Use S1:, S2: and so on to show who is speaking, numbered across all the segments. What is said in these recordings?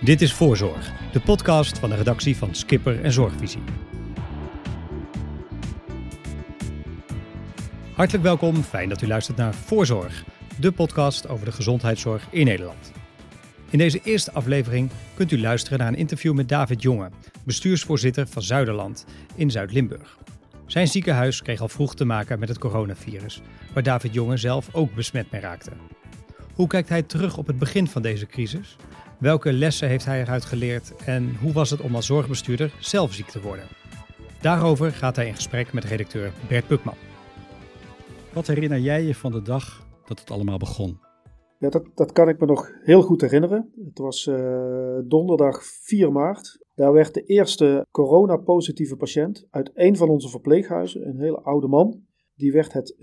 S1: Dit is Voorzorg, de podcast van de redactie van Skipper en Zorgvisie. Hartelijk welkom, fijn dat u luistert naar Voorzorg, de podcast over de gezondheidszorg in Nederland. In deze eerste aflevering kunt u luisteren naar een interview met David Jonge, bestuursvoorzitter van Zuiderland in Zuid-Limburg. Zijn ziekenhuis kreeg al vroeg te maken met het coronavirus, waar David Jonge zelf ook besmet mee raakte. Hoe kijkt hij terug op het begin van deze crisis? Welke lessen heeft hij eruit geleerd en hoe was het om als zorgbestuurder zelf ziek te worden? Daarover gaat hij in gesprek met redacteur Bert Pukman. Wat herinner jij je van de dag dat het allemaal begon?
S2: Ja, dat kan ik me nog heel goed herinneren. Het was donderdag 4 maart. Daar werd de eerste coronapositieve patiënt uit een van onze verpleeghuizen, een hele oude man, die werd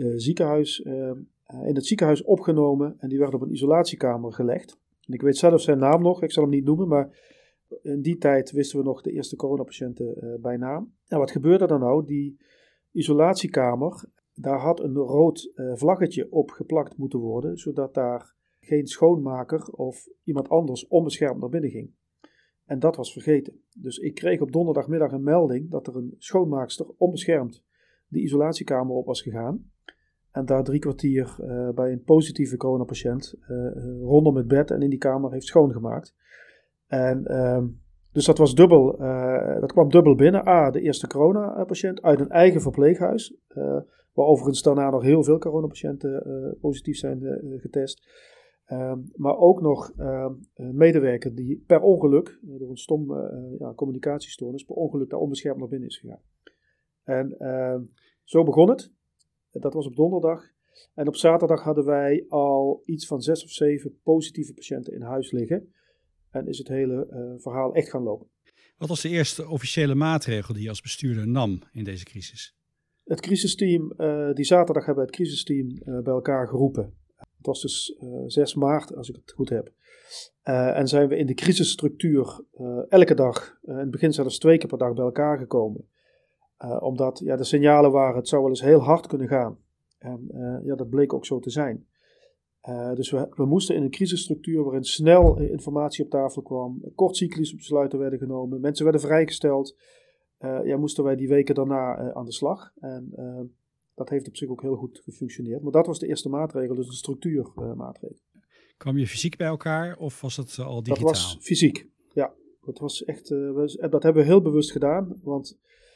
S2: in het ziekenhuis opgenomen en die werd op een isolatiekamer gelegd. En ik weet zelf zijn naam nog, ik zal hem niet noemen, maar in die tijd wisten we nog de eerste coronapatiënten bij naam. En wat gebeurde er nou? Die isolatiekamer, daar had een rood vlaggetje op geplakt moeten worden, zodat daar geen schoonmaker of iemand anders onbeschermd naar binnen ging. En dat was vergeten. Dus ik kreeg op donderdagmiddag een melding dat er een schoonmaakster onbeschermd de isolatiekamer op was gegaan. En daar 3 kwartier bij een positieve coronapatiënt rondom het bed en in die kamer heeft schoongemaakt. En dus dat was dubbel, dat kwam dubbel binnen. De eerste coronapatiënt uit een eigen verpleeghuis, waar overigens daarna nog heel veel coronapatiënten positief zijn getest. Maar ook nog een medewerker die per ongeluk, door een stom communicatiestoornis, per ongeluk daar onbeschermd naar binnen is gegaan. En zo begon het. Dat was op donderdag. En op zaterdag hadden wij al iets van 6 of 7 positieve patiënten in huis liggen. En is het hele verhaal echt gaan lopen.
S3: Wat was de eerste officiële maatregel die je als bestuurder nam in deze crisis?
S2: Het crisisteam, die zaterdag hebben we het crisisteam bij elkaar geroepen. Het was dus 6 maart, als ik het goed heb. En zijn we in de crisisstructuur elke dag, in het begin zelfs 2 keer per dag bij elkaar gekomen. Omdat de signalen waren, het zou wel eens heel hard kunnen gaan. En dat bleek ook zo te zijn. Dus we moesten in een crisisstructuur waarin snel informatie op tafel kwam, kortcyclische besluiten werden genomen, mensen werden vrijgesteld. Moesten wij die weken daarna aan de slag. En dat heeft op zich ook heel goed gefunctioneerd. Maar dat was de eerste maatregel, dus de structuurmaatregel.
S3: Kwam je fysiek bij elkaar of was dat al digitaal?
S2: Dat was fysiek, ja. Dat was echt, dat hebben we heel bewust gedaan, want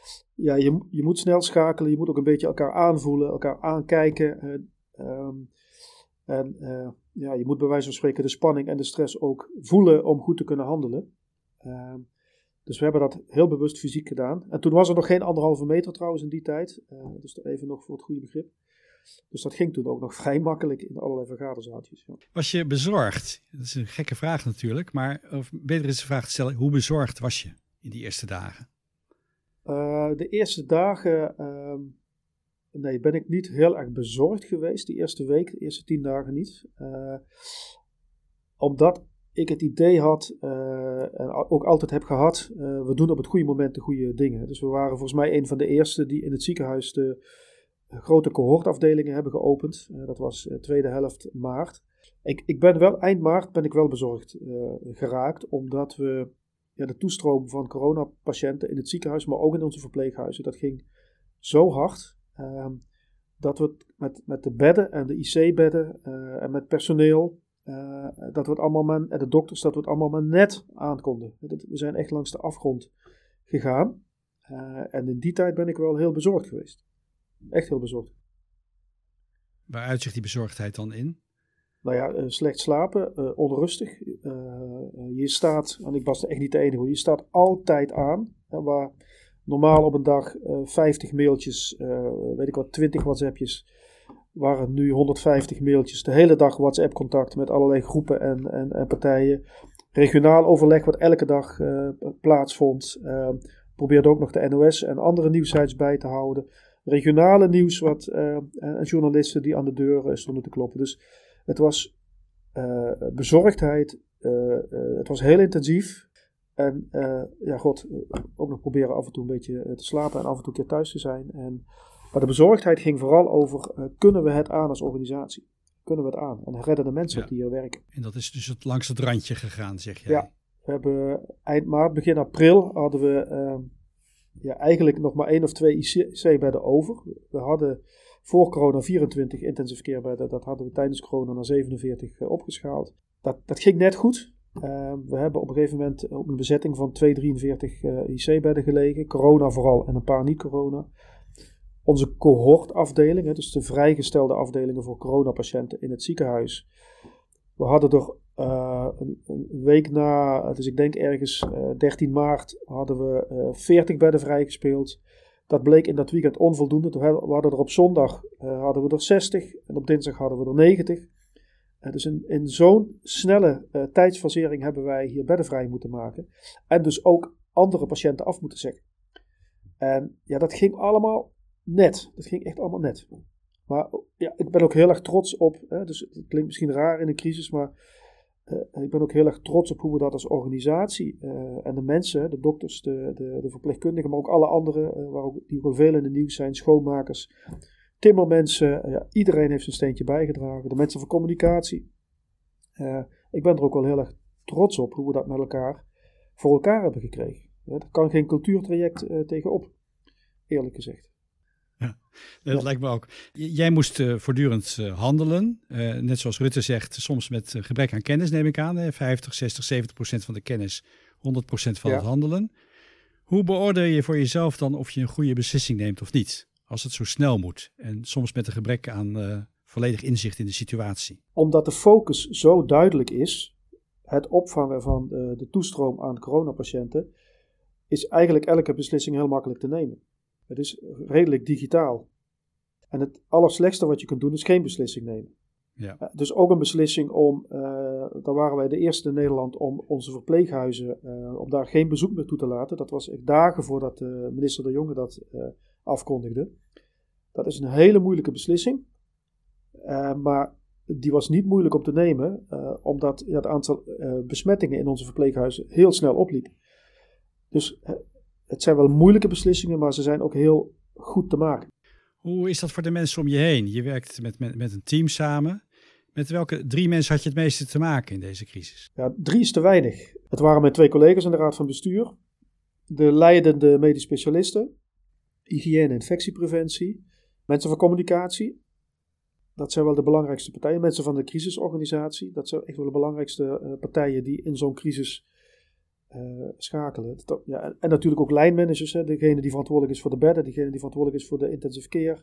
S2: je moet snel schakelen, je moet ook een beetje elkaar aanvoelen, elkaar aankijken. Je moet bij wijze van spreken de spanning en de stress ook voelen om goed te kunnen handelen. Dus we hebben dat heel bewust fysiek gedaan. En toen was er nog geen 1,5 meter trouwens in die tijd. Dus even nog voor het goede begrip. Dus dat ging toen ook nog vrij makkelijk in allerlei vergaderzaaltjes. Ja.
S3: Was je bezorgd? Dat is een gekke vraag natuurlijk. Maar beter is de vraag te stellen, hoe bezorgd was je in die eerste dagen?
S2: De eerste dagen ben ik niet heel erg bezorgd geweest. Die eerste week, de eerste 10 dagen niet. Omdat ik het idee had, en ook altijd heb gehad, we doen op het goede moment de goede dingen. Dus we waren volgens mij een van de eerste die in het ziekenhuis de grote cohortafdelingen hebben geopend. Dat was tweede helft maart. Ik ben wel, eind maart ben ik wel bezorgd geraakt, omdat we de toestroom van coronapatiënten in het ziekenhuis, maar ook in onze verpleeghuizen, dat ging zo hard, dat we met de bedden en de IC-bedden en met personeel, dat we het allemaal en de dokters, dat we het allemaal maar net aankonden. We zijn echt langs de afgrond gegaan. En in die tijd ben ik wel heel bezorgd geweest. Echt heel bezorgd.
S3: Waar uitzicht die bezorgdheid dan in?
S2: Slecht slapen, onrustig. Je staat, en ik was er echt niet de enige, je staat altijd aan. Waar normaal op een dag 50 mailtjes, 20 WhatsAppjes, waren nu 150 mailtjes. De hele dag WhatsApp-contact met allerlei groepen en partijen. Regionaal overleg wat elke dag plaatsvond. Probeerde ook nog de NOS en andere nieuwsites bij te houden. Regionale nieuws en journalisten die aan de deur stonden te kloppen. Dus het was bezorgdheid. Het was heel intensief. En ook nog proberen af en toe een beetje te slapen en af en toe een keer thuis te zijn. Maar de bezorgdheid ging vooral over, kunnen we het aan als organisatie? Kunnen we het aan? En redden de mensen die hier werken?
S3: En dat is dus langs het randje gegaan, zeg jij?
S2: Ja, We hebben eind maart, begin april hadden we eigenlijk nog maar 1 of 2 IC-bedden over. We hadden voor corona 24 intensive care bedden. Dat hadden we tijdens corona naar 47 opgeschaald. Dat ging net goed. We hebben op een gegeven moment op een bezetting van 243 IC-bedden gelegen. Corona vooral en een paar niet-corona. Onze cohortafdeling, dus de vrijgestelde afdelingen voor coronapatiënten in het ziekenhuis. We hadden er een week na, dus ik denk ergens 13 maart, hadden we 40 bedden vrijgespeeld. Dat bleek in dat weekend onvoldoende. We hadden er op zondag hadden we er 60 en op dinsdag hadden we er 90. Dus in zo'n snelle tijdsfasering hebben wij hier bedden vrij moeten maken. En dus ook andere patiënten af moeten zeggen. En ja, dat ging allemaal net. Dat ging echt allemaal net. Maar ja, ik ben ook heel erg trots op, dus het klinkt misschien raar in een crisis, maar ik ben ook heel erg trots op hoe we dat als organisatie en de mensen, de dokters, de verpleegkundigen, maar ook alle anderen, die ook al veel in het nieuws zijn, schoonmakers, timmermensen, iedereen heeft zijn steentje bijgedragen. De mensen van communicatie. Ik ben er ook wel heel erg trots op hoe we dat met elkaar voor elkaar hebben gekregen. Er kan geen cultuurtraject tegenop, eerlijk gezegd.
S3: Ja, dat lijkt me ook. Jij moest voortdurend handelen. Net zoals Rutte zegt, soms met gebrek aan kennis neem ik aan. 50, 60, 70% van de kennis, 100% van het handelen. Hoe beoordeel je voor jezelf dan of je een goede beslissing neemt of niet? Als het zo snel moet en soms met een gebrek aan volledig inzicht in de situatie.
S2: Omdat de focus zo duidelijk is, het opvangen van de toestroom aan coronapatiënten, is eigenlijk elke beslissing heel makkelijk te nemen. Het is redelijk digitaal. En het allerslechtste wat je kunt doen is geen beslissing nemen.
S3: Ja.
S2: Dus ook een beslissing om, daar waren wij de eerste in Nederland om onze verpleeghuizen, om daar geen bezoek meer toe te laten. Dat was echt dagen voordat minister De Jonge dat afkondigde. Dat is een hele moeilijke beslissing. Maar die was niet moeilijk om te nemen, omdat het aantal besmettingen in onze verpleeghuizen heel snel opliep. Dus het zijn wel moeilijke beslissingen, maar ze zijn ook heel goed te maken.
S3: Hoe is dat voor de mensen om je heen? Je werkt met een team samen. Met welke 3 mensen had je het meeste te maken in deze crisis?
S2: Ja, 3 is te weinig. Het waren mijn 2 collega's in de raad van bestuur. De leidende medisch specialisten. Hygiëne en infectiepreventie. Mensen van communicatie. Dat zijn wel de belangrijkste partijen. Mensen van de crisisorganisatie. Dat zijn echt wel de belangrijkste partijen die in zo'n crisis schakelen. Ja, en natuurlijk ook lijnmanagers. Degene die verantwoordelijk is voor de bedden. Degene die verantwoordelijk is voor de intensive care.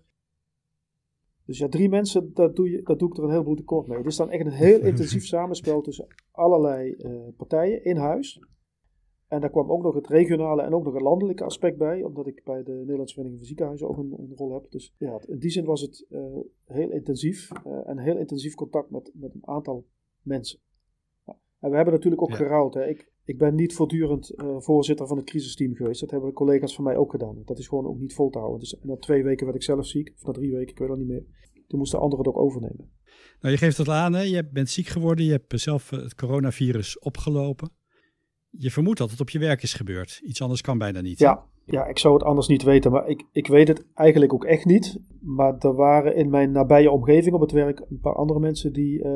S2: Dus ja, 3 mensen, dat doe ik er een heleboel tekort mee. Het is dan echt een heel intensief samenspel tussen allerlei partijen in huis. En daar kwam ook nog het regionale en ook nog het landelijke aspect bij. Omdat ik bij de Nederlandse Vereniging van Ziekenhuizen ook een rol heb. Dus ja, in die zin was het heel intensief. En heel intensief contact met een aantal mensen. Ja. En we hebben natuurlijk ook geruild. Hè. Ik ben niet voortdurend voorzitter van het crisisteam geweest. Dat hebben collega's van mij ook gedaan. Dat is gewoon ook niet vol te houden. Dus na 2 weken werd ik zelf ziek. Of na 3 weken, ik weet dat niet meer. Toen moesten anderen het ook overnemen.
S3: Nou, je geeft het aan, hè? Je bent ziek geworden. Je hebt zelf het coronavirus opgelopen. Je vermoedt dat het op je werk is gebeurd. Iets anders kan bijna niet.
S2: Ja, ik zou het anders niet weten. Maar ik weet het eigenlijk ook echt niet. Maar er waren in mijn nabije omgeving op het werk een paar andere mensen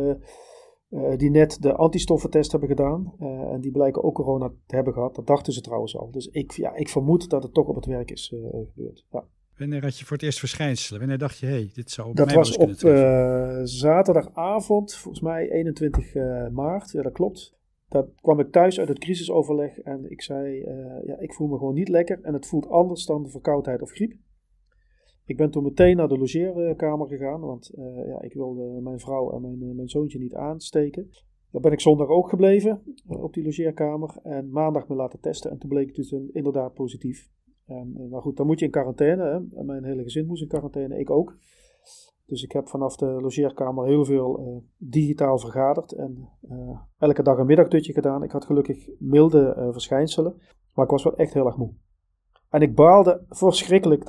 S2: die net de antistoffentest hebben gedaan. En die blijken ook corona te hebben gehad. Dat dachten ze trouwens al. Dus ik vermoed dat het toch op het werk is gebeurd. Ja.
S3: Wanneer had je voor het eerst verschijnselen? Wanneer dacht je, dit zou
S2: dat
S3: mij
S2: was
S3: wel eens kunnen treffen?
S2: Op zaterdagavond, volgens mij 21 maart. Ja, dat klopt. Dat kwam ik thuis uit het crisisoverleg en ik zei, ik voel me gewoon niet lekker. En het voelt anders dan de verkoudheid of griep. Ik ben toen meteen naar de logeerkamer gegaan, want ik wilde mijn vrouw en mijn zoontje niet aansteken. Daar ben ik zondag ook gebleven op die logeerkamer en maandag me laten testen. En toen bleek het dus inderdaad positief. Nou goed, dan moet je in quarantaine. Hè. Mijn hele gezin moest in quarantaine, ik ook. Dus ik heb vanaf de logeerkamer heel veel digitaal vergaderd en elke dag een middagdutje gedaan. Ik had gelukkig milde verschijnselen, maar ik was wel echt heel erg moe. En ik baalde verschrikkelijk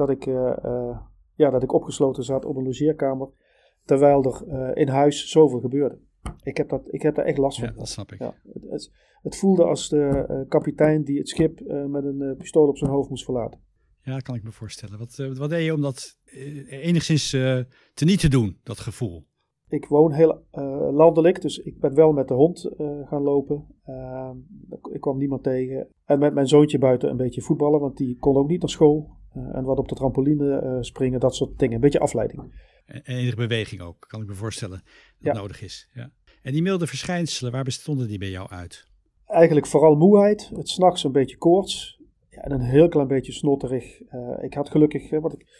S2: dat ik opgesloten zat op een logeerkamer, terwijl er in huis zoveel gebeurde. Ik heb daar echt last van.
S3: Ja, dat snap ik.
S2: Ja, het voelde als de kapitein die het schip met een pistool op zijn hoofd moest verlaten.
S3: Ja, dat kan ik me voorstellen. Wat deed je om dat enigszins te niet te doen, dat gevoel?
S2: Ik woon heel landelijk, dus ik ben wel met de hond gaan lopen. Ik kwam niemand tegen. En met mijn zoontje buiten een beetje voetballen, want die kon ook niet naar school. En wat op de trampoline springen, dat soort dingen. Een beetje afleiding.
S3: En enige beweging ook, kan ik me voorstellen, dat nodig is. Ja. En die milde verschijnselen, waar bestonden die bij jou uit?
S2: Eigenlijk vooral moeheid, het 's nachts een beetje koorts en een heel klein beetje snotterig. Ik had gelukkig,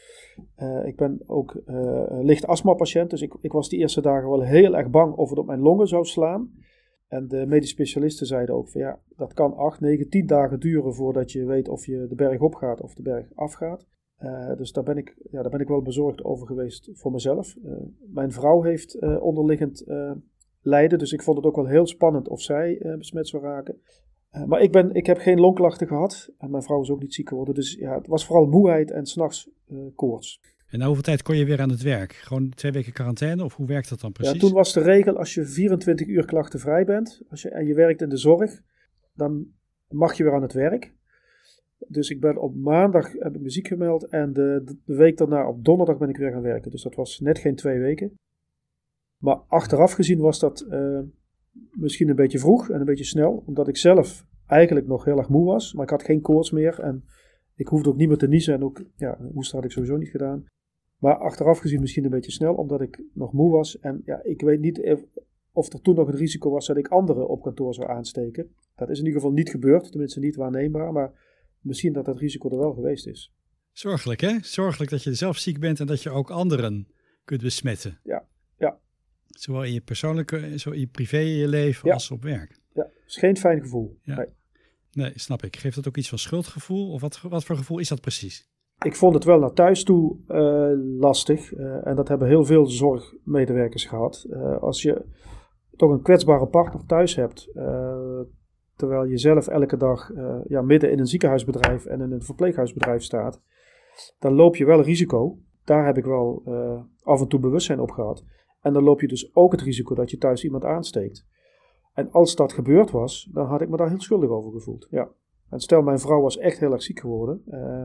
S2: ik ben ook licht astmapatiënt, dus ik was die eerste dagen wel heel erg bang of het op mijn longen zou slaan. En de medisch specialisten zeiden ook van dat kan 8, 9, 10 dagen duren voordat je weet of je de berg op gaat of de berg afgaat. Dus daar ben ik wel bezorgd over geweest voor mezelf. Mijn vrouw heeft onderliggend lijden, dus ik vond het ook wel heel spannend of zij besmet zou raken. Maar ik heb geen longklachten gehad en mijn vrouw is ook niet ziek geworden. Dus het was vooral moeheid en 's nachts koorts.
S3: En na hoeveel tijd kon je weer aan het werk? Gewoon 2 weken quarantaine of hoe werkt dat dan precies?
S2: Ja, toen was de regel als je 24 uur klachtenvrij bent en je werkt in de zorg, dan mag je weer aan het werk. Dus ik ben op maandag heb ik me ziek gemeld en de week daarna op donderdag ben ik weer gaan werken. Dus dat was net geen 2 weken. Maar achteraf gezien was dat misschien een beetje vroeg en een beetje snel. Omdat ik zelf eigenlijk nog heel erg moe was. Maar ik had geen koorts meer en ik hoefde ook niet meer te niezen. En ook hoesten had ik sowieso niet gedaan. Maar achteraf gezien misschien een beetje snel omdat ik nog moe was. En ik weet niet of er toen nog het risico was dat ik anderen op kantoor zou aansteken. Dat is in ieder geval niet gebeurd. Tenminste niet waarneembaar. Maar misschien dat dat risico er wel geweest is.
S3: Zorgelijk hè? Zorgelijk dat je zelf ziek bent en dat je ook anderen kunt besmetten.
S2: Ja.
S3: Zowel in je persoonlijke, zo in je privé in je leven als op werk.
S2: Ja, het is geen fijn gevoel.
S3: Ja. Nee, snap ik. Geeft dat ook iets van schuldgevoel? Of wat voor gevoel is dat precies?
S2: Ik vond het wel naar thuis toe lastig. En dat hebben heel veel zorgmedewerkers gehad. Als je toch een kwetsbare partner thuis hebt, terwijl je zelf elke dag midden in een ziekenhuisbedrijf en in een verpleeghuisbedrijf staat, dan loop je wel risico. Daar heb ik wel af en toe bewustzijn op gehad. En dan loop je dus ook het risico dat je thuis iemand aansteekt. En als dat gebeurd was, dan had ik me daar heel schuldig over gevoeld. Ja. En stel, mijn vrouw was echt heel erg ziek geworden.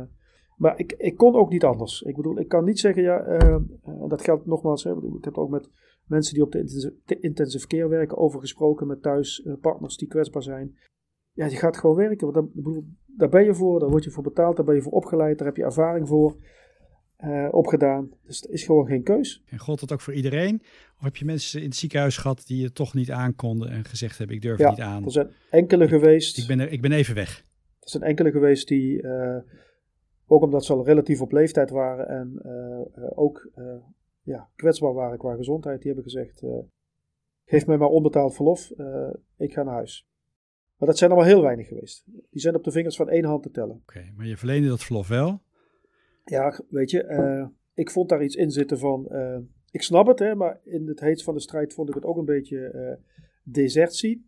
S2: Maar ik kon ook niet anders. Ik bedoel, ik kan niet zeggen, en dat geldt nogmaals. Ik heb ook met mensen die op de intensive care werken over gesproken. Met thuis partners die kwetsbaar zijn. Ja, je gaat gewoon werken. Want daar ben je voor, daar word je voor betaald, daar ben je voor opgeleid, daar heb je ervaring voor. Opgedaan. Dus er is gewoon geen keus.
S3: En gold dat ook voor iedereen? Of heb je mensen in het ziekenhuis gehad die het toch niet aankonden en gezegd hebben, ik durf het niet aan?
S2: Er zijn enkele geweest.
S3: Ik ben even weg.
S2: Er zijn enkele geweest die, ook omdat ze al relatief op leeftijd waren en ook kwetsbaar waren qua gezondheid, die hebben gezegd, geef mij maar onbetaald verlof, ik ga naar huis. Maar dat zijn allemaal heel weinig geweest. Die zijn op de vingers van 1 hand te tellen.
S3: Oké, maar je verleende dat verlof wel?
S2: Ja, weet je, ik vond daar iets in zitten van, ik snap het, hè, maar in het heetst van de strijd vond ik het ook een beetje desertie.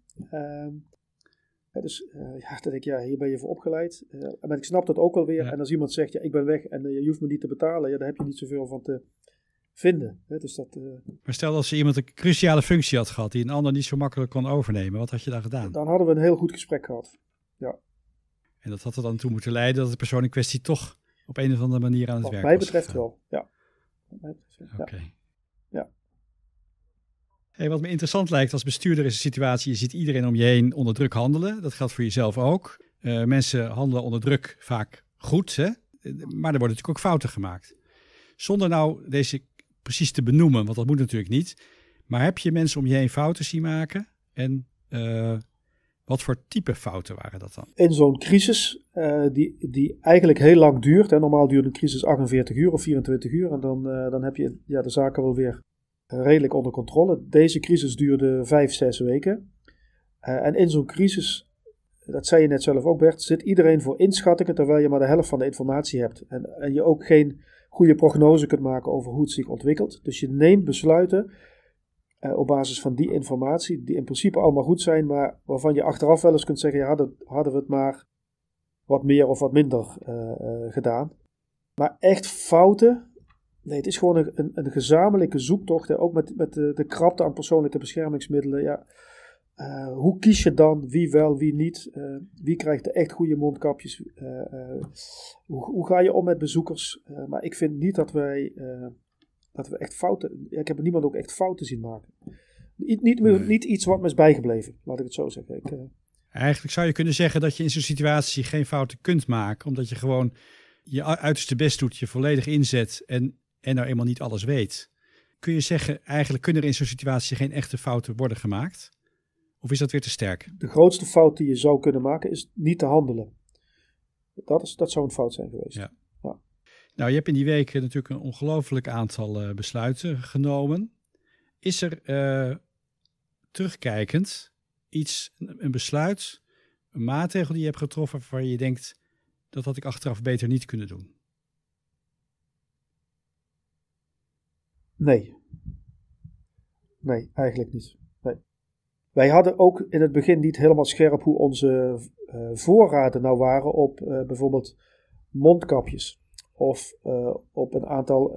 S2: Dus dan denk ik, hier ben je voor opgeleid. Maar ik snap dat ook wel weer. Ja. En als iemand zegt, ik ben weg en je hoeft me niet te betalen, daar heb je niet zoveel van te vinden. Hè, dus dat,
S3: maar stel dat iemand een cruciale functie had gehad, die een ander niet zo makkelijk kon overnemen, wat had je dan gedaan?
S2: Dan hadden we een heel goed gesprek gehad, ja.
S3: En dat had er dan toe moeten leiden dat de persoon in kwestie toch op een of andere manier aan het werk was.
S2: Wat mij betreft wel, ja.
S3: Oké. Ja. Hey, wat me interessant lijkt als bestuurder is de situatie, je ziet iedereen om je heen onder druk handelen. Dat geldt voor jezelf ook. Mensen handelen onder druk vaak goed, hè? Maar er worden natuurlijk ook fouten gemaakt. Zonder nou deze precies te benoemen, want dat moet natuurlijk niet. Maar heb je mensen om je heen fouten zien maken? En wat voor type fouten waren dat dan?
S2: In zo'n crisis die eigenlijk heel lang duurt. Hè. Normaal duurt een crisis 48 uur of 24 uur. En dan heb je de zaken wel weer redelijk onder controle. Deze crisis duurde 5-6 weken. En in zo'n crisis, dat zei je net zelf ook Bert, zit iedereen voor inschattingen terwijl je maar de helft van de informatie hebt. En je ook geen goede prognose kunt maken over hoe het zich ontwikkelt. Dus je neemt besluiten op basis van die informatie, die in principe allemaal goed zijn, maar waarvan je achteraf wel eens kunt zeggen, hadden we het maar wat meer of wat minder gedaan. Maar echt fouten, nee, het is gewoon een gezamenlijke zoektocht, hè, ook met de krapte aan persoonlijke beschermingsmiddelen. Ja. Hoe kies je dan wie wel, wie niet? Wie krijgt de echt goede mondkapjes? Hoe ga je om met bezoekers? Maar ik vind niet dat wij dat we echt fouten... Ik heb niemand ook echt fouten zien maken. Niet iets wat me is bijgebleven, laat ik het zo zeggen.
S3: Eigenlijk zou je kunnen zeggen dat je in zo'n situatie geen fouten kunt maken, omdat je gewoon je uiterste best doet, je volledig inzet en nou eenmaal niet alles weet. Kun je zeggen, eigenlijk kunnen er in zo'n situatie geen echte fouten worden gemaakt? Of is dat weer te sterk?
S2: De grootste fout die je zou kunnen maken is niet te handelen. Dat zou een fout zijn geweest.
S3: Ja. Nou, je hebt in die week natuurlijk een ongelooflijk aantal besluiten genomen. Is er terugkijkend een besluit, een maatregel die je hebt getroffen waarvan je denkt, dat had ik achteraf beter niet kunnen doen?
S2: Nee, eigenlijk niet. Nee. Wij hadden ook in het begin niet helemaal scherp hoe onze voorraden nou waren op bijvoorbeeld mondkapjes. Of op een aantal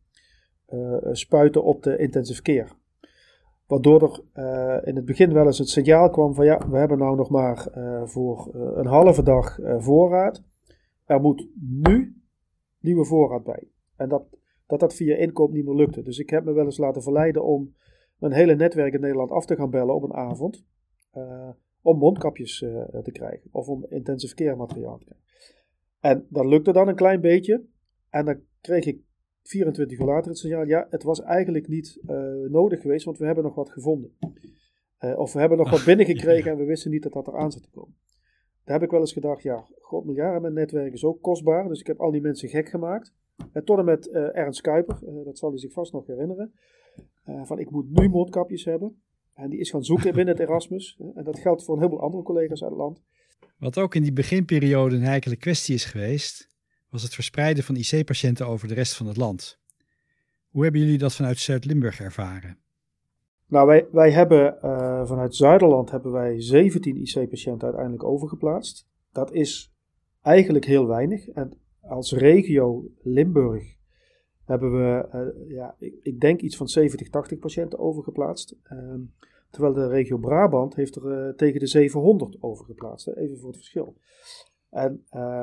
S2: spuiten op de intensive care. Waardoor er in het begin wel eens het signaal kwam van ja, we hebben nou nog maar voor een halve dag voorraad. Er moet nu nieuwe voorraad bij. En dat via inkoop niet meer lukte. Dus ik heb me wel eens laten verleiden om mijn hele netwerk in Nederland af te gaan bellen op een avond. Om mondkapjes te krijgen. Of om intensive care materiaal te krijgen. En dat lukte dan een klein beetje. En dan kreeg ik 24 uur later het signaal. Ja, het was eigenlijk niet nodig geweest. Want we hebben nog wat gevonden. Of we hebben nog wat binnengekregen. En we wisten niet dat dat eraan zat te komen. Daar heb ik wel eens gedacht. Ja, god miljard. Mijn netwerk is ook kostbaar. Dus ik heb al die mensen gek gemaakt. En tot en met Ernst Kuiper. Dat zal hij zich vast nog herinneren. Van ik moet nu mondkapjes hebben. En die is gaan zoeken binnen het Erasmus. En dat geldt voor een heleboel andere collega's uit het land.
S3: Wat ook in die beginperiode een heikele kwestie is geweest, was het verspreiden van IC-patiënten over de rest van het land. Hoe hebben jullie dat vanuit Zuid-Limburg ervaren?
S2: Nou, wij hebben vanuit Zuiderland hebben wij 17 IC-patiënten uiteindelijk overgeplaatst. Dat is eigenlijk heel weinig. En als regio Limburg hebben we, ik denk iets van 70, 80 patiënten overgeplaatst. Terwijl de regio Brabant heeft er tegen de 700 overgeplaatst. Even voor het verschil. En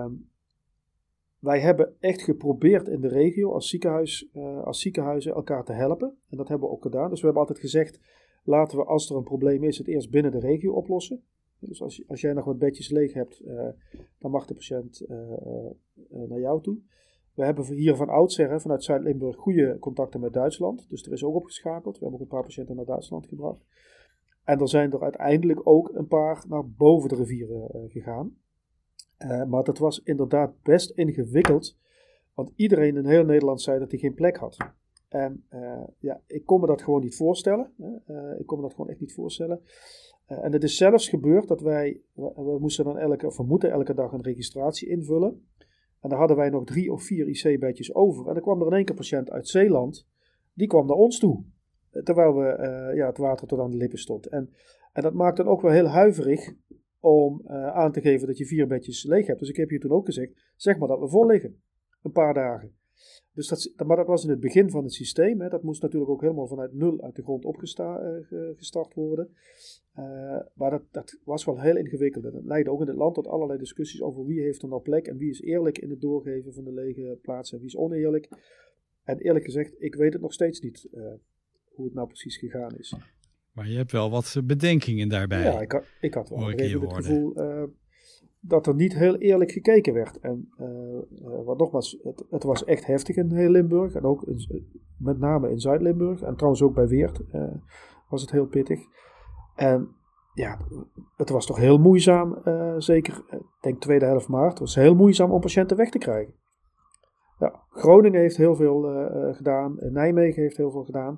S2: wij hebben echt geprobeerd in de regio als ziekenhuizen elkaar te helpen. En dat hebben we ook gedaan. Dus we hebben altijd gezegd, laten we als er een probleem is het eerst binnen de regio oplossen. Dus als jij nog wat bedjes leeg hebt, dan mag de patiënt naar jou toe. We hebben hier van oudsher, vanuit Zuid-Limburg, goede contacten met Duitsland. Dus er is ook opgeschakeld. We hebben ook een paar patiënten naar Duitsland gebracht. En er zijn er uiteindelijk ook een paar naar boven de rivieren gegaan. Maar dat was inderdaad best ingewikkeld. Want iedereen in heel Nederland zei dat hij geen plek had. En ik kon me dat gewoon niet voorstellen. Ik kon me dat gewoon echt niet voorstellen. En het is zelfs gebeurd dat we moeten elke dag een registratie invullen. En daar hadden wij nog 3 of 4 IC-bedjes over. En dan kwam er in één keer patiënt uit Zeeland. Die kwam naar ons toe. Terwijl we het water tot aan de lippen stond. En dat maakt dan ook wel heel huiverig om aan te geven dat je 4 bedjes leeg hebt. Dus ik heb je toen ook gezegd, zeg maar dat we vol liggen. Een paar dagen. Dus maar dat was in het begin van het systeem. Hè. Dat moest natuurlijk ook helemaal vanuit nul uit de grond gestart worden. Maar dat was wel heel ingewikkeld. En dat leidde ook in het land tot allerlei discussies over wie heeft er nou plek en wie is eerlijk in het doorgeven van de lege plaatsen en wie is oneerlijk. En eerlijk gezegd, ik weet het nog steeds niet hoe het nou precies gegaan is.
S3: Maar je hebt wel wat bedenkingen daarbij.
S2: Ja, ik had wel even het gevoel dat er niet heel eerlijk gekeken werd. En wat nogmaals, het was echt heftig in heel Limburg. En ook met name in Zuid-Limburg. En trouwens ook bij Weert was het heel pittig. En ja, het was toch heel moeizaam, zeker, ik denk tweede helft maart. Het was heel moeizaam om patiënten weg te krijgen. Ja, Groningen heeft heel veel gedaan. Nijmegen heeft heel veel gedaan.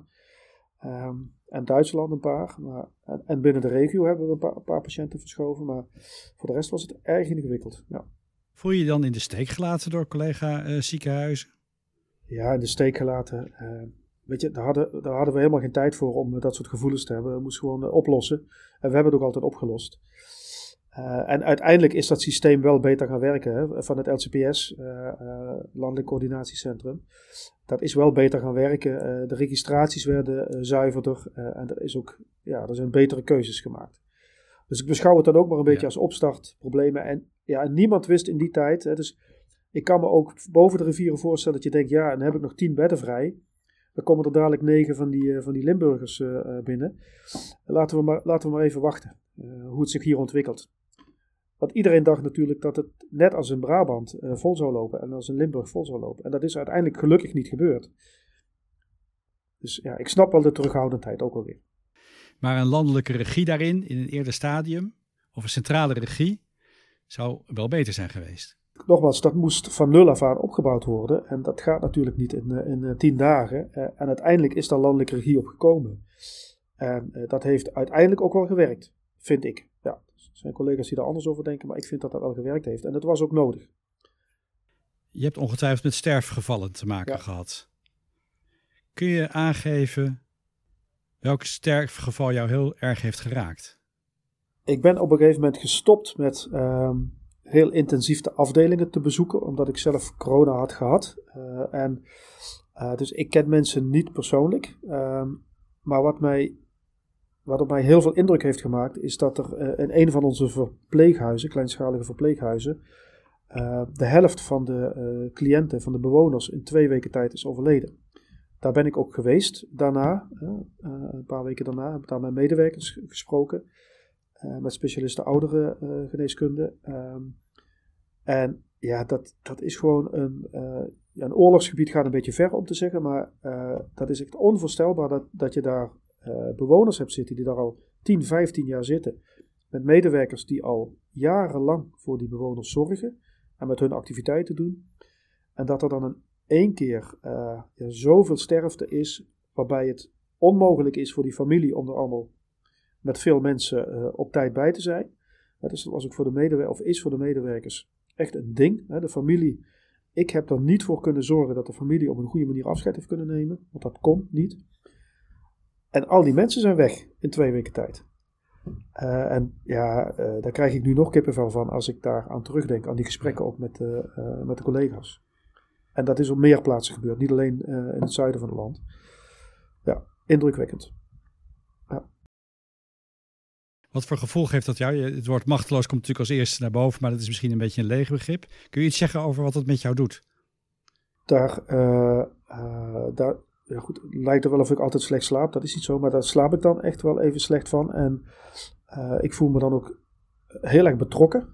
S2: En Duitsland een paar. En binnen de regio hebben we een paar patiënten verschoven. Maar voor de rest was het erg ingewikkeld. Ja.
S3: Voel je je dan in de steek gelaten door collega ziekenhuizen?
S2: Ja, in de steek gelaten. Weet je, daar hadden we helemaal geen tijd voor om dat soort gevoelens te hebben. We moesten gewoon oplossen. En we hebben het ook altijd opgelost. En uiteindelijk is dat systeem wel beter gaan werken. Hè? Van het LCPS, Landelijk Coördinatiecentrum. Dat is wel beter gaan werken. De registraties werden zuiverder. En er zijn betere keuzes gemaakt. Dus ik beschouw het dan ook maar een beetje als opstartproblemen. En niemand wist in die tijd. Hè, dus ik kan me ook boven de rivieren voorstellen dat je denkt, ja, en dan heb ik nog 10 bedden vrij. Dan komen er dadelijk 9 van die Limburgers binnen. Laten we maar even wachten hoe het zich hier ontwikkelt. Want iedereen dacht natuurlijk dat het net als in Brabant vol zou lopen en als in Limburg vol zou lopen. En dat is uiteindelijk gelukkig niet gebeurd. Dus ja, ik snap wel de terughoudendheid ook alweer.
S3: Maar een landelijke regie daarin, in een eerder stadium, of een centrale regie, zou wel beter zijn geweest.
S2: Nogmaals, dat moest van nul af aan opgebouwd worden. En dat gaat natuurlijk niet in 10 dagen. En uiteindelijk is daar landelijke regie op gekomen. En dat heeft uiteindelijk ook wel gewerkt, vind ik. Ja, er zijn collega's die daar anders over denken, maar ik vind dat dat wel gewerkt heeft. En dat was ook nodig.
S3: Je hebt ongetwijfeld met sterfgevallen te maken gehad. Kun je aangeven welk sterfgeval jou heel erg heeft geraakt? Ik
S2: ben op een gegeven moment gestopt met heel intensief de afdelingen te bezoeken, omdat ik zelf corona had gehad. Dus ik ken mensen niet persoonlijk. Maar wat op mij heel veel indruk heeft gemaakt, is dat er in een van onze verpleeghuizen, kleinschalige verpleeghuizen, de helft van de cliënten, van de bewoners, in 2 weken tijd is overleden. Daar ben ik ook geweest daarna, een paar weken daarna, heb ik daar met medewerkers gesproken, met specialisten ouderengeneeskunde. En ja, dat is gewoon een oorlogsgebied, gaat een beetje ver om te zeggen, maar dat is echt onvoorstelbaar dat je daar bewoners hebt zitten die daar al 10, 15 jaar zitten, met medewerkers die al jarenlang voor die bewoners zorgen en met hun activiteiten doen. En dat er dan in één keer zoveel sterfte is, waarbij het onmogelijk is voor die familie om er allemaal met veel mensen op tijd bij te zijn. Dus dat was ook voor de medewerkers, of is voor de medewerkers echt een ding. De familie, ik heb er niet voor kunnen zorgen dat de familie op een goede manier afscheid heeft kunnen nemen, want dat kon niet. En al die mensen zijn weg in 2 weken tijd. Daar krijg ik nu nog kippenvel van als ik daar aan terugdenk, aan die gesprekken ook met de collega's. En dat is op meer plaatsen gebeurd, niet alleen in het zuiden van het land. Ja, indrukwekkend. Ja.
S3: Wat voor gevoel geeft dat jou? Het woord machteloos komt natuurlijk als eerste naar boven, maar dat is misschien een beetje een leeg begrip. Kun je iets zeggen over wat het met jou doet? Het lijkt er wel of ik altijd slecht slaap. Dat is niet zo, maar daar slaap ik dan echt wel even slecht van. En ik voel me dan ook heel erg betrokken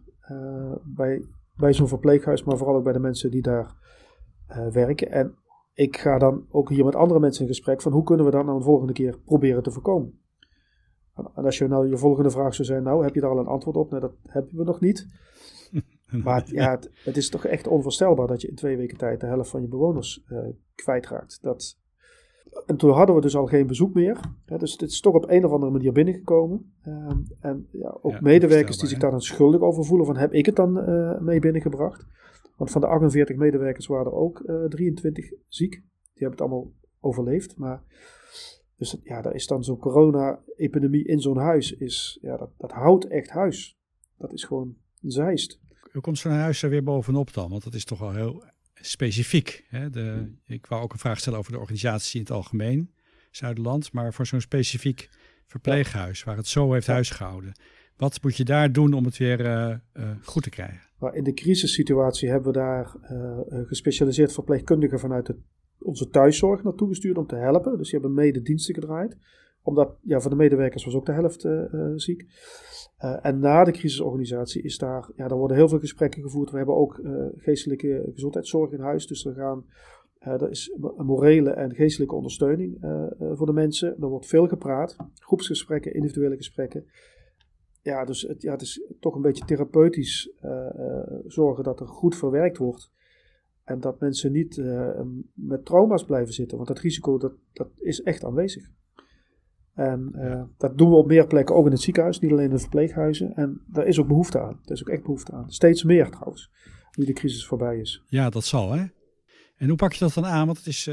S3: bij zo'n verpleeghuis, maar vooral ook bij de mensen die daar werken. En ik ga dan ook hier met andere mensen in gesprek van hoe kunnen we dat nou de volgende keer proberen te voorkomen. En als je nou je volgende vraag zou zijn, nou heb je daar al een antwoord op? Nou, dat hebben we nog niet. Maar ja, het is toch echt onvoorstelbaar dat je in 2 weken tijd de helft van je bewoners kwijtraakt. En toen hadden we dus al geen bezoek meer. Dus het is toch op een of andere manier binnengekomen. Ook medewerkers die zich daar dan schuldig over voelen van heb ik het dan mee binnengebracht. Want van de 48 medewerkers waren er ook 23 ziek. Die hebben het allemaal overleefd. Maar dus daar is dan zo'n corona-epidemie in zo'n huis. Dat houdt echt huis. Dat is gewoon Zeist. Hoe komt zo'n huis er weer bovenop dan? Want dat is toch wel heel specifiek. Hè? Ik wou ook een vraag stellen over de organisatie in het algemeen, Zuiderland. Maar voor zo'n specifiek verpleeghuis, waar het zo heeft huisgehouden. Wat moet je daar doen om het weer goed te krijgen?
S2: Maar in de crisissituatie hebben we daar gespecialiseerd verpleegkundigen vanuit onze thuiszorg naartoe gestuurd om te helpen. Dus die hebben mede diensten gedraaid. Omdat, voor de medewerkers was ook de helft ziek. En na de crisisorganisatie is daar worden heel veel gesprekken gevoerd. We hebben ook geestelijke gezondheidszorg in huis. Dus er is een morele en geestelijke ondersteuning voor de mensen. Er wordt veel gepraat. Groepsgesprekken, individuele gesprekken. Dus het is toch een beetje therapeutisch zorgen dat er goed verwerkt wordt. En dat mensen niet met trauma's blijven zitten. Want dat risico dat is echt aanwezig. En dat doen we op meer plekken, ook in het ziekenhuis, niet alleen in de verpleeghuizen. En daar is ook behoefte aan. Er is ook echt behoefte aan. Steeds meer trouwens, nu de crisis voorbij is.
S3: Ja, dat zal hè. En hoe pak je dat dan aan? Want het is,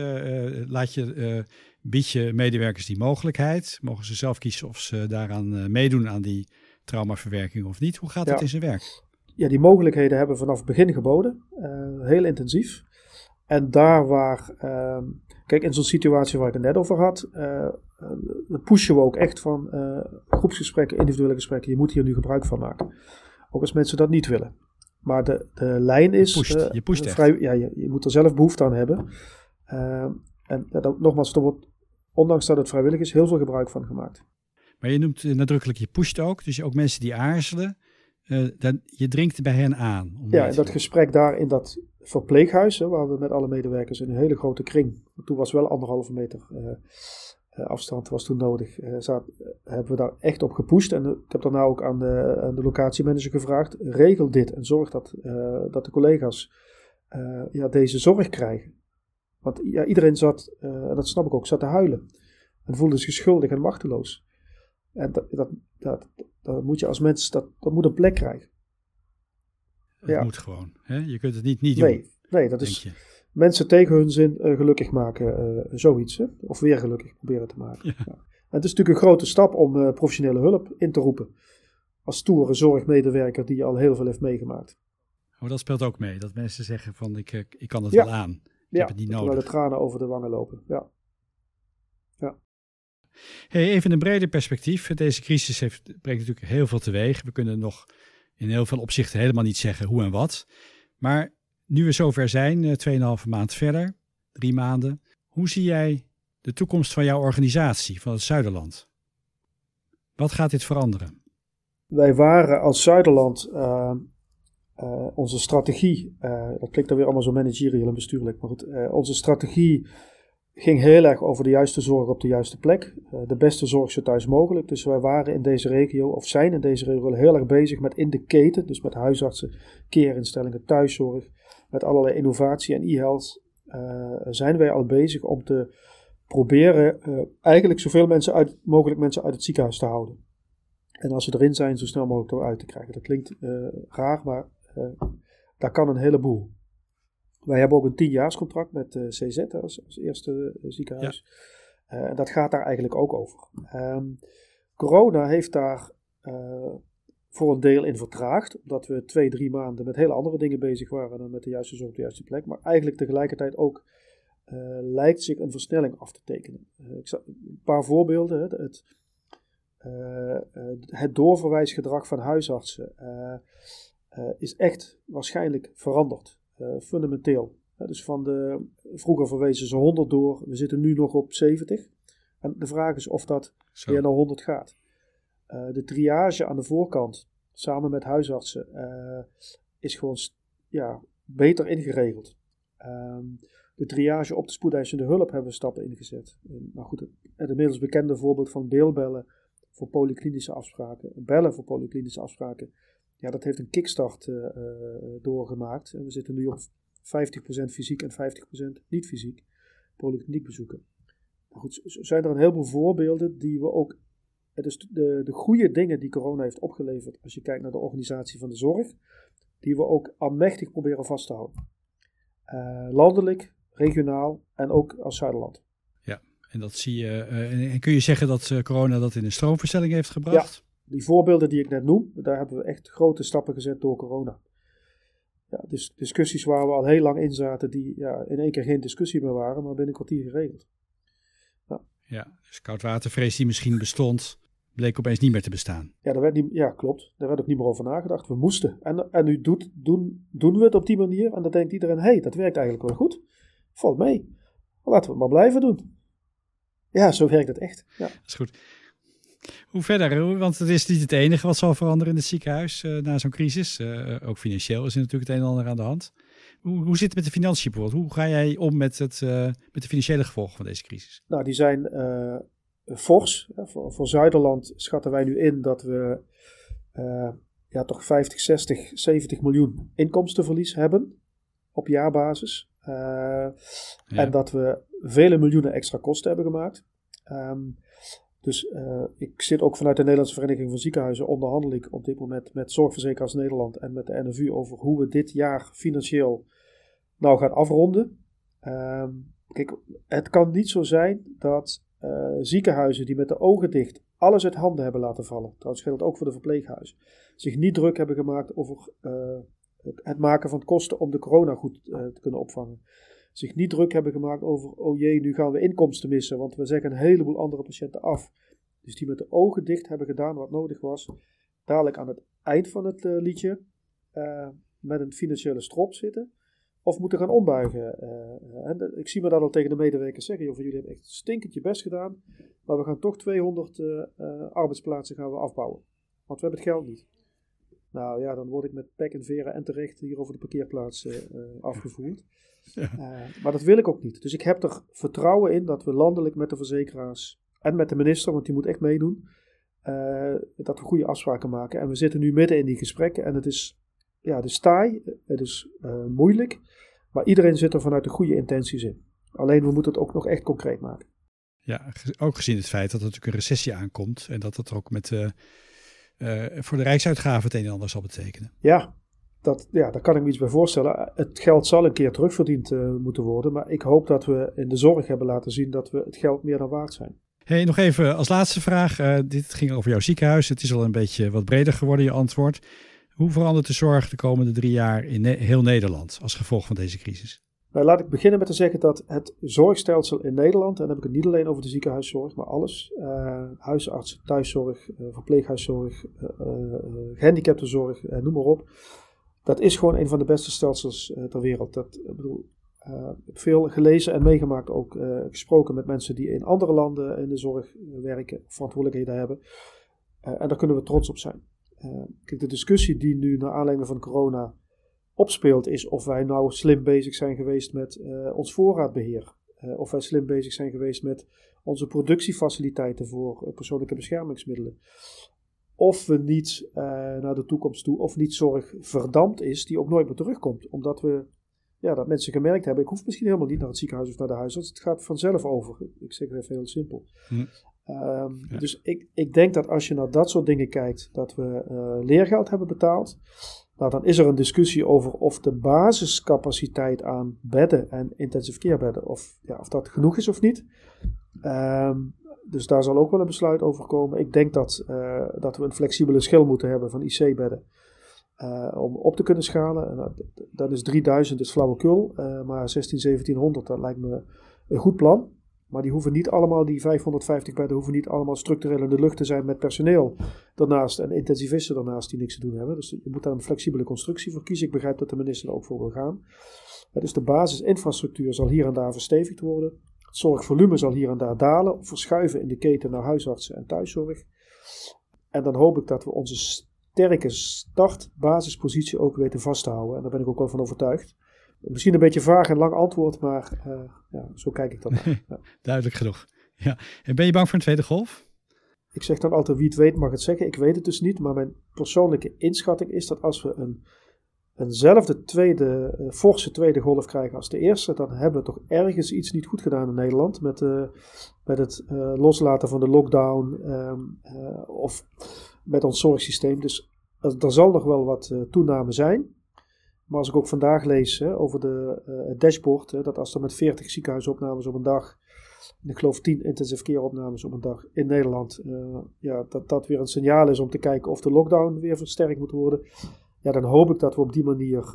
S3: bied je medewerkers die mogelijkheid? Mogen ze zelf kiezen of ze daaraan meedoen aan die traumaverwerking of niet? Hoe gaat dat in zijn werk?
S2: Ja, die mogelijkheden hebben we vanaf het begin geboden. Heel intensief. En daar waar, kijk, in zo'n situatie waar ik het net over had, dan pushen we ook echt van groepsgesprekken, individuele gesprekken. Je moet hier nu gebruik van maken. Ook als mensen dat niet willen. Maar de lijn is...
S3: Je pusht echt.
S2: je moet er zelf behoefte aan hebben. En nogmaals, er wordt, ondanks dat het vrijwillig is, heel veel gebruik van gemaakt.
S3: Maar je noemt nadrukkelijk, je pusht ook. Dus ook mensen die aarzelen, je dringt bij hen aan.
S2: Ja, en dat gesprek daar in dat verpleeghuis, waar we met alle medewerkers in een hele grote kring, toen was wel 1,5 meter afstand was toen nodig, hebben we daar echt op gepusht. En ik heb daarna ook aan de locatiemanager gevraagd, regel dit en zorg dat de collega's deze zorg krijgen. Want iedereen zat, en dat snap ik ook, zat te huilen. En voelde zich schuldig en machteloos. En dat moet je als mens, dat moet een plek krijgen.
S3: Dat moet gewoon. Hè? Je kunt het niet doen.
S2: Nee, dat is mensen tegen hun zin gelukkig maken, zoiets. Hè? Of weer gelukkig proberen te maken. Ja. Ja. En het is natuurlijk een grote stap om professionele hulp in te roepen. Als stoere zorgmedewerker die al heel veel heeft meegemaakt.
S3: Maar dat speelt ook mee. Dat mensen zeggen van ik kan het wel aan. Ik heb het niet nodig.
S2: Terwijl de tranen over de wangen lopen. Ja.
S3: Hey, even een breder perspectief. Deze crisis brengt natuurlijk heel veel teweeg. We kunnen nog in heel veel opzichten helemaal niet zeggen hoe en wat. Maar nu we zover zijn, 2,5 maand verder, 3 maanden. Hoe zie jij de toekomst van jouw organisatie, van het Zuiderland? Wat gaat dit veranderen?
S2: Wij waren als Zuiderland onze strategie, dat klinkt dan weer allemaal zo managerial en bestuurlijk, maar goed, onze strategie ging heel erg over de juiste zorg op de juiste plek. De beste zorg zo thuis mogelijk. Dus wij waren in deze regio, of zijn in deze regio, heel erg bezig met in de keten. Dus met huisartsen, keerinstellingen, thuiszorg. Met allerlei innovatie en e-health zijn wij al bezig om te proberen eigenlijk zoveel mogelijk mensen uit het ziekenhuis te houden. En als ze erin zijn, zo snel mogelijk eruit te krijgen. Dat klinkt raar, maar daar kan een heleboel. Wij hebben ook een 10-jaarscontract met CZ als eerste ziekenhuis. Ja. En dat gaat daar eigenlijk ook over. Corona heeft daar voor een deel in vertraagd. Omdat we 2-3 maanden met hele andere dingen bezig waren dan met de juiste zorg op de juiste plek. Maar eigenlijk tegelijkertijd ook lijkt zich een versnelling af te tekenen. Een paar voorbeelden. Het doorverwijsgedrag van huisartsen is echt waarschijnlijk veranderd. Fundamenteel. Dus vroeger verwezen ze 100 door, we zitten nu nog op 70. En de vraag is of dat weer naar 100 gaat. De triage aan de voorkant, samen met huisartsen, is gewoon beter ingeregeld. De triage op de spoedeisende hulp hebben we stappen ingezet. Maar goed, het inmiddels bekende voorbeeld van beeldbellen voor polyklinische afspraken. Bellen voor polyklinische afspraken. Ja, dat heeft een kickstart doorgemaakt. En we zitten nu op 50% fysiek en 50% niet fysiek polykliniekbezoeken. Maar goed, zo zijn er een heleboel voorbeelden die we ook... Dus de goede dingen die corona heeft opgeleverd, als je kijkt naar de organisatie van de zorg, die we ook aanmächtig proberen vast te houden. Landelijk, regionaal en ook als Zuiderland.
S3: Ja, en dat zie je. En kun je zeggen dat corona dat in een stroomversnelling heeft gebracht?
S2: Ja. Die voorbeelden die ik net noem, daar hebben we echt grote stappen gezet door corona. Ja, dus discussies waar we al heel lang in zaten, die in één keer geen discussie meer waren, maar binnen een kwartier geregeld.
S3: Ja, dus koudwatervrees die misschien bestond, bleek opeens niet meer te bestaan.
S2: Ja, klopt. Daar werd ook niet meer over nagedacht. We moesten. En nu doen we het op die manier. En dan denkt iedereen, dat werkt eigenlijk wel goed. Valt mee. Laten we het maar blijven doen. Ja, zo werkt het echt. Ja.
S3: Dat is goed. Hoe verder? Want het is niet het enige wat zal veranderen in het ziekenhuis na zo'n crisis. Ook financieel is er natuurlijk het een en ander aan de hand. Hoe zit het met de financiën bijvoorbeeld? Hoe ga jij om met de financiële gevolgen van deze crisis?
S2: Nou, die zijn fors. Voor Zuiderland schatten wij nu in dat we toch 50, 60, 70 miljoen inkomstenverlies hebben op jaarbasis. En dat we vele miljoenen extra kosten hebben gemaakt. Dus ik zit ook vanuit de Nederlandse Vereniging van Ziekenhuizen, onderhandel ik op dit moment met Zorgverzekeraars Nederland en met de NFU over hoe we dit jaar financieel nou gaan afronden. Kijk, het kan niet zo zijn dat ziekenhuizen die met de ogen dicht alles uit handen hebben laten vallen, trouwens geldt ook voor de verpleeghuizen, zich niet druk hebben gemaakt over het maken van kosten om de corona goed te kunnen opvangen. Zich niet druk hebben gemaakt over, oh jee, nu gaan we inkomsten missen, want we zeggen een heleboel andere patiënten af. Dus die met de ogen dicht hebben gedaan wat nodig was. Dadelijk aan het eind van het liedje met een financiële strop zitten. of moeten gaan ombuigen. En ik zie me dat al tegen de medewerkers zeggen. Joh, jullie hebben echt stinkend je best gedaan. Maar we gaan toch 200 arbeidsplaatsen gaan we afbouwen. Want we hebben het geld niet. Nou ja, dan word ik met pek en veren en terecht hier over de parkeerplaats afgevoerd. Ja. Maar dat wil ik ook niet. Dus ik heb er vertrouwen in dat we landelijk met de verzekeraars en met de minister, want die moet echt meedoen, dat we goede afspraken maken. En we zitten nu midden in die gesprekken en het is taai, het is moeilijk, maar iedereen zit er vanuit de goede intenties in. Alleen we moeten het ook nog echt concreet maken.
S3: Ja, ook gezien het feit dat er natuurlijk een recessie aankomt en dat er ook voor de rijksuitgaven het een en ander zal betekenen.
S2: Ja, daar kan ik me iets bij voorstellen. Het geld zal een keer terugverdiend moeten worden, maar ik hoop dat we in de zorg hebben laten zien dat we het geld meer dan waard zijn.
S3: Hey, nog even als laatste vraag. Dit ging over jouw ziekenhuis. Het is al een beetje wat breder geworden, je antwoord. Hoe verandert de zorg de komende 3 jaar in heel Nederland als gevolg van deze crisis?
S2: Nou, laat ik beginnen met te zeggen dat het zorgstelsel in Nederland, en dan heb ik het niet alleen over de ziekenhuiszorg, maar alles, huisartsen, thuiszorg, verpleeghuiszorg, gehandicaptenzorg, noem maar op. Dat is gewoon een van de beste stelsels ter wereld. Ik heb veel gelezen en meegemaakt, ook gesproken met mensen die in andere landen in de zorg werken, verantwoordelijkheden hebben. En daar kunnen we trots op zijn. Kijk, de discussie die nu naar aanleiding van corona opspeelt is of wij nou slim bezig zijn geweest met ons voorraadbeheer. Of wij slim bezig zijn geweest met onze productiefaciliteiten voor persoonlijke beschermingsmiddelen. Of we niet naar de toekomst toe, of niet zorg verdampt is die ook nooit meer terugkomt. Omdat dat mensen gemerkt hebben, ik hoef misschien helemaal niet naar het ziekenhuis of naar de huisarts. Het gaat vanzelf over. Ik zeg het even heel simpel. Dus ik denk dat als je naar dat soort dingen kijkt, dat we leergeld hebben betaald. Nou, dan is er een discussie over of de basiscapaciteit aan bedden en intensive care bedden, of dat genoeg is of niet. Dus daar zal ook wel een besluit over komen. Ik denk dat we een flexibele schil moeten hebben van IC-bedden om op te kunnen schalen. Dan is 3000 is flauwekul, maar 1700, dat lijkt me een goed plan. Maar die hoeven niet allemaal, die 550 bedden, hoeven niet allemaal structureel in de lucht te zijn met personeel daarnaast en intensivisten daarnaast die niks te doen hebben. Dus je moet daar een flexibele constructie voor kiezen. Ik begrijp dat de minister er ook voor wil gaan. Dus de basisinfrastructuur zal hier en daar verstevigd worden. Het zorgvolume zal hier en daar dalen of verschuiven in de keten naar huisartsen en thuiszorg. En dan hoop ik dat we onze sterke startbasispositie ook weten vast te houden. En daar ben ik ook wel van overtuigd. Misschien een beetje vaag en lang antwoord, maar zo kijk ik dan naar. Ja.
S3: Duidelijk genoeg. Ja. En ben je bang voor een tweede golf?
S2: Ik zeg dan altijd, wie het weet mag het zeggen. Ik weet het dus niet, maar mijn persoonlijke inschatting is dat als we eenzelfde forse tweede golf krijgen als de eerste, dan hebben we toch ergens iets niet goed gedaan in Nederland met het loslaten van de lockdown of met ons zorgsysteem. Dus er zal nog wel wat toename zijn. Maar als ik ook vandaag lees over het dashboard, dat als er met 40 ziekenhuisopnames op een dag, en ik geloof 10 intensive care opnames op een dag in Nederland, dat weer een signaal is om te kijken of de lockdown weer versterkt moet worden. Ja, dan hoop ik dat we op die manier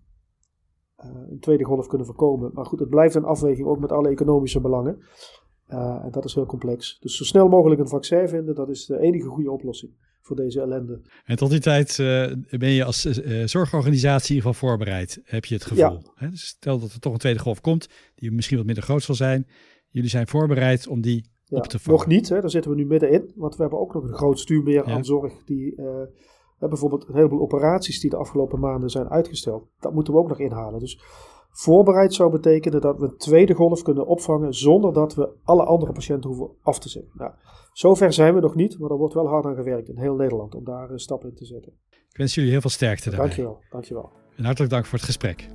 S2: een tweede golf kunnen voorkomen. Maar goed, het blijft een afweging ook met alle economische belangen. En dat is heel complex. Dus zo snel mogelijk een vaccin vinden, dat is de enige goede oplossing voor deze ellende.
S3: En tot die tijd ben je als zorgorganisatie in ieder geval voorbereid, heb je het gevoel. Ja. Dus stel dat er toch een tweede golf komt, die misschien wat minder groot zal zijn. Jullie zijn voorbereid om die op te vangen.
S2: Nog niet, daar zitten we nu middenin. Want we hebben ook nog een groot stuurmeer aan zorg die... bijvoorbeeld een heleboel operaties die de afgelopen maanden zijn uitgesteld. Dat moeten we ook nog inhalen. Dus voorbereid zou betekenen dat we een tweede golf kunnen opvangen zonder dat we alle andere patiënten hoeven af te zetten. Nou, zover zijn we nog niet, maar er wordt wel hard aan gewerkt in heel Nederland om daar stappen in te zetten.
S3: Ik wens jullie heel veel sterkte daarbij.
S2: Dankjewel.
S3: En hartelijk dank voor het gesprek.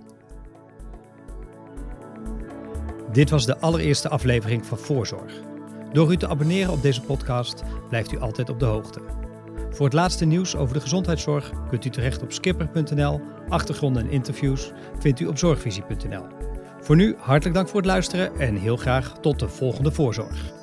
S1: Dit was de allereerste aflevering van Voorzorg. Door u te abonneren op deze podcast blijft u altijd op de hoogte. Voor het laatste nieuws over de gezondheidszorg kunt u terecht op skipper.nl, achtergronden en interviews vindt u op zorgvisie.nl. Voor nu hartelijk dank voor het luisteren en heel graag tot de volgende Voorzorg.